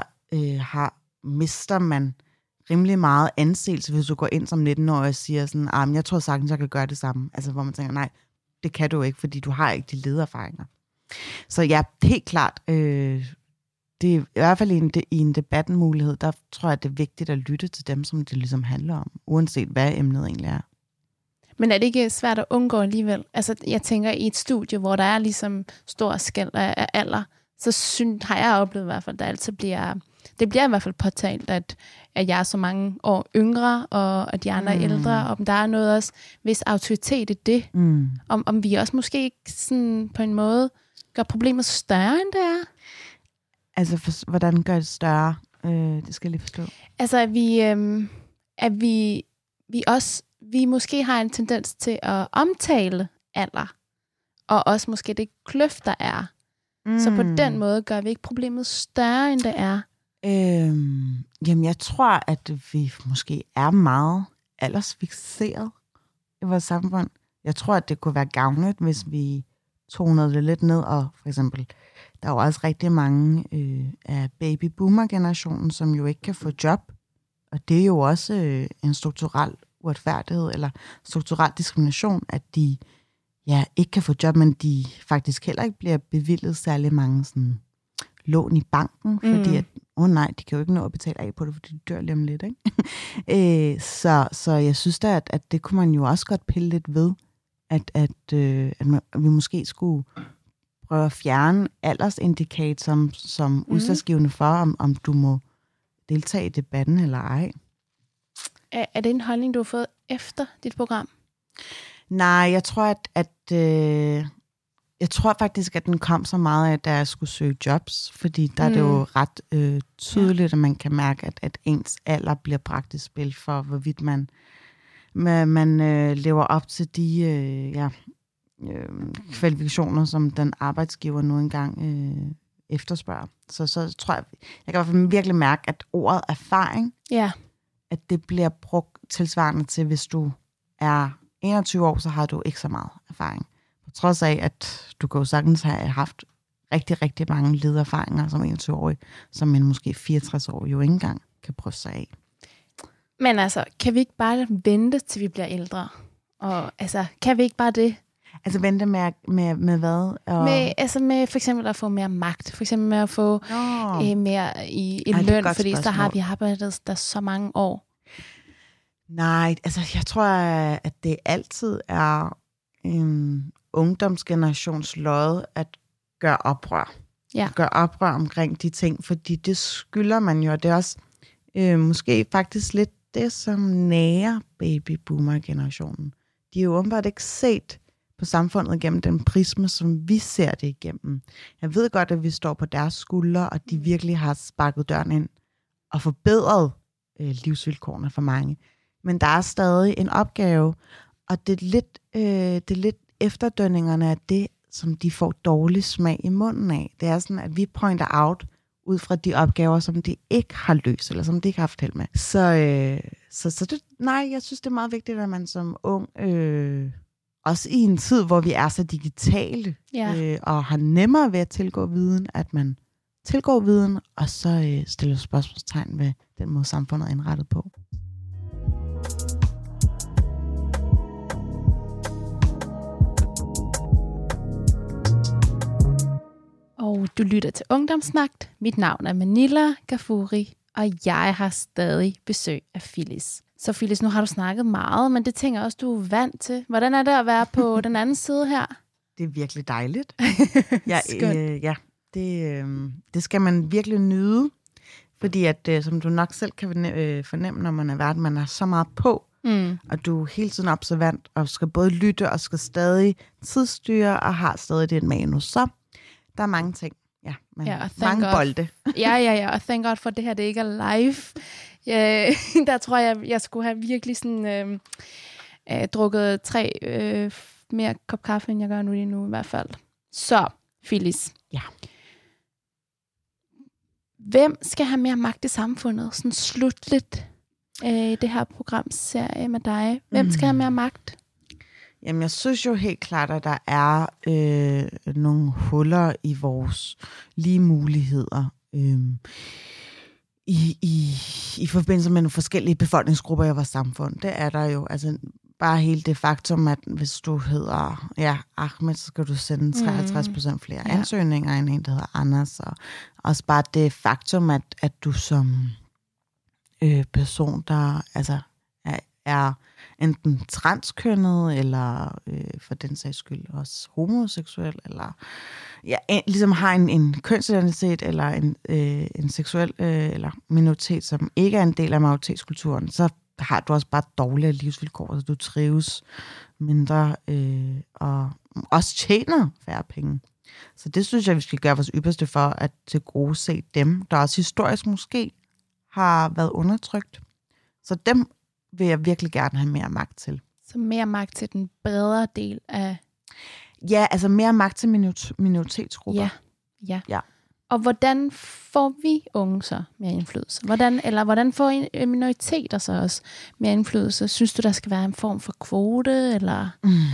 mister man rimelig meget anseelse, hvis du går ind som 19-årig og siger sådan, jeg tror sagtens, jeg kan gøre det samme. Altså hvor man tænker, nej, det kan du ikke, fordi du har ikke de ledererfaringer. Så ja, helt klart, det er i hvert fald i en debatmulighed, der tror jeg, det er vigtigt at lytte til dem, som det ligesom handler om, uanset hvad emnet egentlig er. Men er det ikke svært at undgå alligevel? Altså, jeg tænker, i et studie, hvor der er ligesom stor skel af alder, så har jeg oplevet i hvert fald, at der altid det bliver i hvert fald påtalt, at jeg er så mange år yngre, og at de andre er ældre, og om der er noget også, hvis autoritet i det, om vi også måske ikke sådan på en måde gør problemet større, end det er. Altså, hvordan gør det større? Det skal jeg lige forstå. Altså, at vi måske har en tendens til at omtale alder, og også måske det kløft, der er. Så på den måde gør vi ikke problemet større, end det er. Jamen, jeg tror, at vi måske er meget aldersfikseret i vores samfund. Jeg tror, at det kunne være gavnligt, hvis vi tonede det lidt ned, og for eksempel, der er jo også rigtig mange af baby-boomer-generationen, som jo ikke kan få job, og det er jo også en strukturel uretfærdighed, eller strukturel diskrimination, at de ikke kan få job, men de faktisk heller ikke bliver bevilget særlig mange sådan, lån i banken, fordi at, nej, de kan jo ikke nå at betale af på det, fordi de dør lige om lidt, ikke? Så jeg synes da, at det kunne man jo også godt pille lidt ved, at vi måske skulle prøve at fjerne aldersindikator som udslagsgivende for, om du må deltage i debatten eller ej. Er det en holdning, du har fået efter dit program? Nej, jeg tror, jeg tror faktisk, at den kom så meget af, da jeg skulle søge jobs, fordi der er det jo ret tydeligt, at man kan mærke, at ens alder bliver bragt i spil for, hvorvidt man lever op til de kvalifikationer, som den arbejdsgiver nu engang efterspørger. Så tror jeg kan i hvert fald virkelig mærke, at ordet erfaring, at det bliver brugt tilsvarende til, hvis du er 21 år, så har du ikke så meget erfaring. På trods af, at du kan jo sagtens have haft rigtig, rigtig mange ledererfaringer som 21-årig, som en måske 64-årig jo ikke engang kan prøve sig af. Men altså, kan vi ikke bare vente, til vi bliver ældre? Og altså, kan vi ikke bare det? Altså vente med hvad? Med for eksempel at få mere magt. For eksempel med at få mere i løn, fordi så har vi arbejdet der så mange år. Nej, altså jeg tror, at det altid er en ungdomsgenerations lod at gøre oprør. Ja. Gøre oprør omkring de ting, fordi det skylder man jo, og det er også måske faktisk lidt det, som nærer babyboomer-generationen. De er jo åbenbart ikke set på samfundet gennem den prisme, som vi ser det igennem. Jeg ved godt, at vi står på deres skuldre, og de virkelig har sparket døren ind og forbedret livsvilkårene for mange. Men der er stadig en opgave, og det er lidt efterdønningerne af det, som de får dårlig smag i munden af. Det er sådan, at vi pointer out ud fra de opgaver, som de ikke har løst, eller som de ikke har haft held med. Så det, jeg synes, det er meget vigtigt, at man som ung, også i en tid, hvor vi er så digitale, og har nemmere ved at tilgå viden, at man tilgår viden, og så stiller spørgsmålstegn ved den måde, samfundet er indrettet på. Og du lytter til Ungdomssnak. Mit navn er Manila Gafuri, og jeg har stadig besøg af Phyllis. Så Phyllis, nu har du snakket meget, men det tænker også, du er vant til. Hvordan er det at være på den anden side her? Det er virkelig dejligt. Det skal man virkelig nyde. Fordi at, som du nok selv kan fornemme, når man er vært, man er så meget på, og du er hele tiden observant, og skal både lytte, og skal stadig tidsstyre, og har stadig dit manus. Så der er mange ting. Mange bolde. Og thank God for det her, det ikke er live. Der tror jeg skulle have virkelig sådan drukket 3 mere kop kaffe, end jeg gør nu lige nu i hvert fald. Så, Phyllis. Ja. Hvem skal have mere magt i samfundet? Sådan slutligt i det her programserie med dig. Hvem skal have mere magt? Jamen, jeg synes jo helt klart, at der er nogle huller i vores lige muligheder i forbindelse med nogle forskellige befolkningsgrupper i vores samfund. Det er der jo. Altså, bare hele det faktum, at hvis du hedder Ahmed, så skal du sende 53% flere ansøgninger end en, der hedder Anders. Og også bare det faktum, at du som person, der altså er enten transkønnet, eller for den sags skyld også homoseksuel, eller ligesom har en kønsidentitet, eller en seksuel eller minoritet, som ikke er en del af majoritetskulturen, så har du også bare dårligere livsvilkår, så du trives mindre, og også tjener færre penge. Så det synes jeg, vi skal gøre vores ypperste for at tilgodese dem, der også historisk måske har været undertrykt. Så dem vil jeg virkelig gerne have mere magt til. Så mere magt til den bredere del af... Ja, altså mere magt til minoritetsgrupper. Ja. Og hvordan får vi unge så mere indflydelse? Hvordan får minoriteter så også mere indflydelse? Synes du, der skal være en form for kvote? Eller?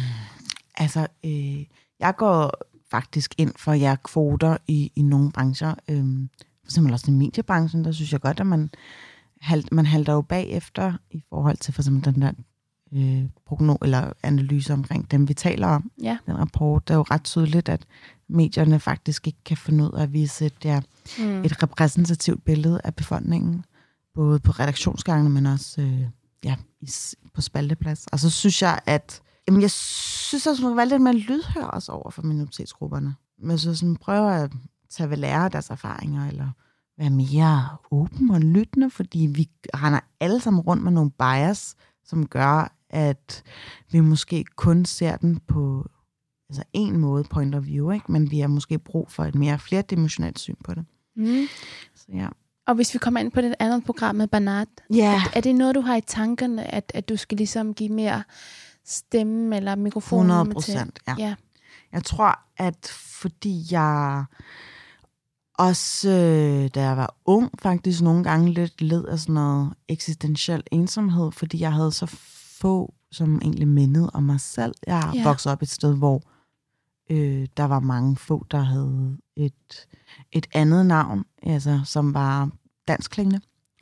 Jeg går faktisk ind for kvoter i nogle brancher. For eksempel også i mediebranchen, der synes jeg godt, at man halter jo bagefter i forhold til for eksempel den der eller analyse omkring dem, vi taler om. Ja. Den rapport, der er jo ret tydeligt, at medierne faktisk ikke kan finde ud af at vise et repræsentativt billede af befolkningen, både på redaktionsgangene, men også på spalteplads. Og så synes jeg, at jeg synes også, man kan være lidt mere lydhør også over for minoritetsgrupperne. Men så sådan prøver at tage ved lære af deres erfaringer, eller være mere åben og lyttende, fordi vi render alle sammen rundt med nogle bias, som gør, at vi måske kun ser den på en måde, point of view, ikke? Men vi har måske brug for et mere flerdimensionelt syn på det. Så ja. Og hvis vi kommer ind på det andet program med Bernard, er det noget, du har i tankerne, at du skal ligesom give mere stemme eller mikrofon 100%, ja. Jeg tror, at fordi jeg også, da jeg var ung, faktisk nogle gange lidt led af sådan noget eksistentiel ensomhed, fordi jeg havde så få, som egentlig mindede om mig selv. Jeg voksede op et sted, hvor der var mange få, der havde et andet navn, altså som var danskklingende.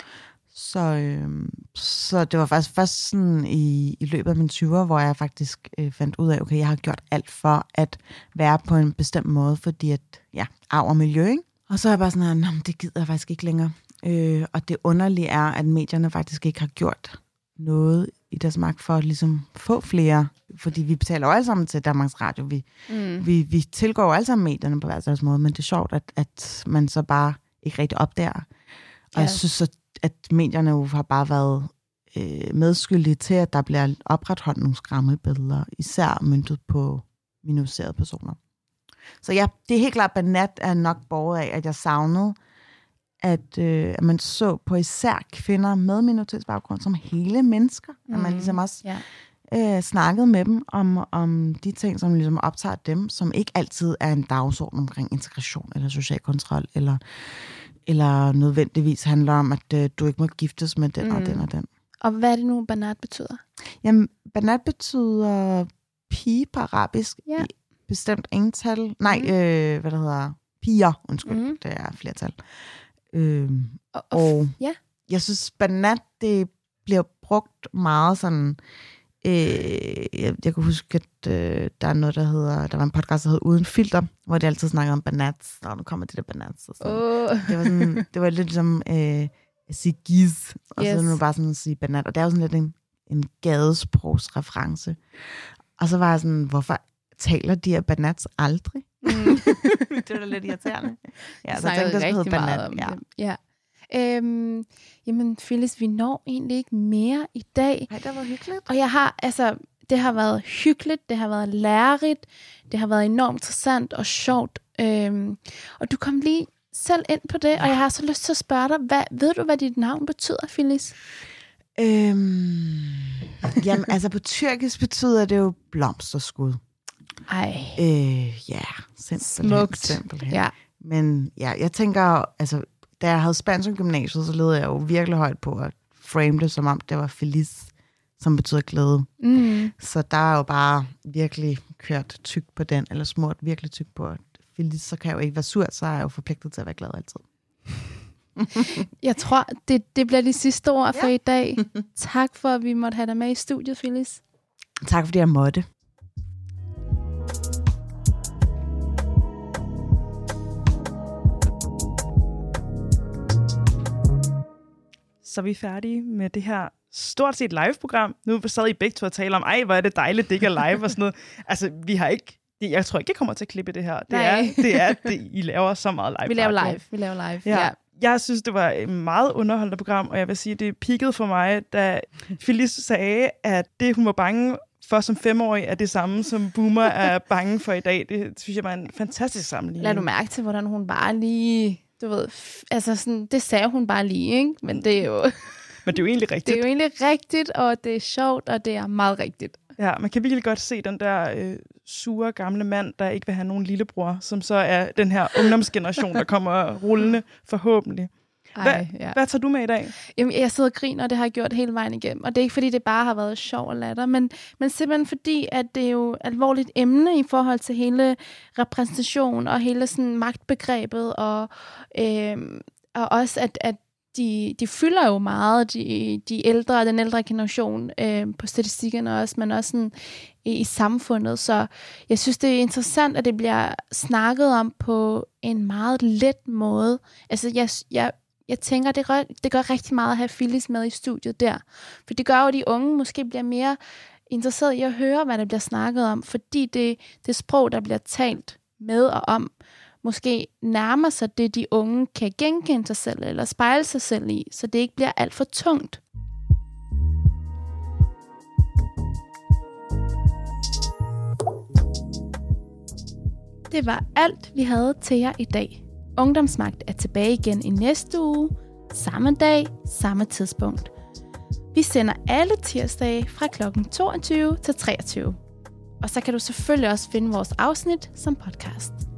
Så det var faktisk først sådan i løbet af mine 20'er, hvor jeg faktisk fandt ud af, okay, jeg har gjort alt for at være på en bestemt måde, fordi at, arv og miljø, ikke? Og så er jeg bare sådan, det gider jeg faktisk ikke længere. Og det underlige er, at medierne faktisk ikke har gjort noget i deres magt for at ligesom få flere, fordi vi betaler jo alle sammen til Danmarks Radio. Vi tilgår jo alle sammen medierne på hver deres måde, men det er sjovt, at man så bare ikke rigtig opdager. Og jeg synes, at medierne jo har bare været medskyldige til, at der bliver opretholdt nogle skræmmebilleder, især møntet på minoriserede personer. Så ja, det er helt klart, at Nat er nok båret af, at jeg savnede, at man så på især kvinder med minoritetsbaggrund som hele mennesker. At man ligesom også snakkede med dem om de ting, som ligesom optager dem, som ikke altid er en dagsorden omkring integration eller social kontrol, eller nødvendigvis handler om, at du ikke må giftes med den og den og den. Og hvad er det nu, banat betyder? Jamen, banat betyder pige på arabisk i bestemt ental. Nej, hvad der hedder piger, undskyld, det er flertal. Og jeg synes, banat, det bliver brugt meget sådan. Jeg kan huske, at der er noget, der var en podcast, der hed Uden Filter, hvor de altid snakkede om banats. Nå, nu kommer det der banats. Og sådan. Det var lidt ligesom at sige giz, og så nu bare sådan at sige banat. Og det er jo sådan lidt en gadesprogsreference. Og så var jeg sådan, hvorfor taler de her banats aldrig? Det var da lidt irriterende. Ja, så jeg tænkte, det hedder banat. Ja. Jamen, Phyllis, vi når egentlig ikke mere i dag. Nej, det var hyggeligt. Og det har været hyggeligt, det har været lærerigt, det har været enormt interessant og sjovt. Og du kom lige selv ind på det, og jeg har så lyst til at spørge dig, ved du, hvad dit navn betyder, Phyllis? Jamen, altså på tyrkisk betyder det jo blomsterskud. Ej. Simpelthen. Ja. Men ja, jeg tænker, altså, da jeg havde spansk i gymnasiet, så levede jeg jo virkelig højt på at frame det, som om det var feliz, som betyder glæde. Så der er jo bare virkelig kørt tyk på den, eller smurt virkelig tyk på feliz, så kan jeg jo ikke være sur, så er jeg jo forpligtet til at være glad altid. Jeg tror, det bliver de sidste ord for i dag. Tak for, at vi måtte have dig med i studiet, Phyllis. Tak fordi jeg måtte. Så er vi færdige med det her stort set live-program. Nu sad I begge to og tale om, hvor er det dejligt, det ikke er live og sådan noget. Altså, vi har ikke... Jeg tror ikke, jeg kommer til at klippe det her. I laver så meget live. Vi laver live. Ja. Jeg synes, det var et meget underholdende program, og jeg vil sige, det peakede for mig, da Phyllis sagde, at det, hun var bange for som 5-årig, er det samme, som Boomer er bange for i dag. Det synes jeg var en fantastisk sammenligning. Lad du mærke til, hvordan hun bare lige... Du ved, altså sådan, det sagde hun bare lige, ikke? Men det er jo... Men det er jo egentlig rigtigt. Det er jo egentlig rigtigt, og det er sjovt, og det er meget rigtigt. Ja, man kan virkelig godt se den der sure gamle mand, der ikke vil have nogen lillebror, som så er den her ungdomsgeneration, der kommer rullende forhåbentlig. Hvad tager du med i dag? Jamen, jeg sidder og griner, og det har jeg gjort hele vejen igennem. Og det er ikke, fordi det bare har været sjov og latter, men simpelthen fordi, at det er jo et alvorligt emne i forhold til hele repræsentation og hele sådan magtbegrebet, og også, at de fylder jo meget, de ældre, den ældre generation på statistikkerne også, men også sådan, i samfundet. Så jeg synes, det er interessant, at det bliver snakket om på en meget let måde. Altså, jeg tænker, det gør rigtig meget at have Phyllis med i studiet der. For det gør jo, at de unge måske bliver mere interesseret i at høre, hvad der bliver snakket om, fordi det sprog, der bliver talt med og om, måske nærmer sig det, de unge kan genkende sig selv eller spejle sig selv i, så det ikke bliver alt for tungt. Det var alt, vi havde til jer i dag. Ungdomsmagt er tilbage igen i næste uge, samme dag, samme tidspunkt. Vi sender alle tirsdage fra kl. 22 til 23. Og så kan du selvfølgelig også finde vores afsnit som podcast.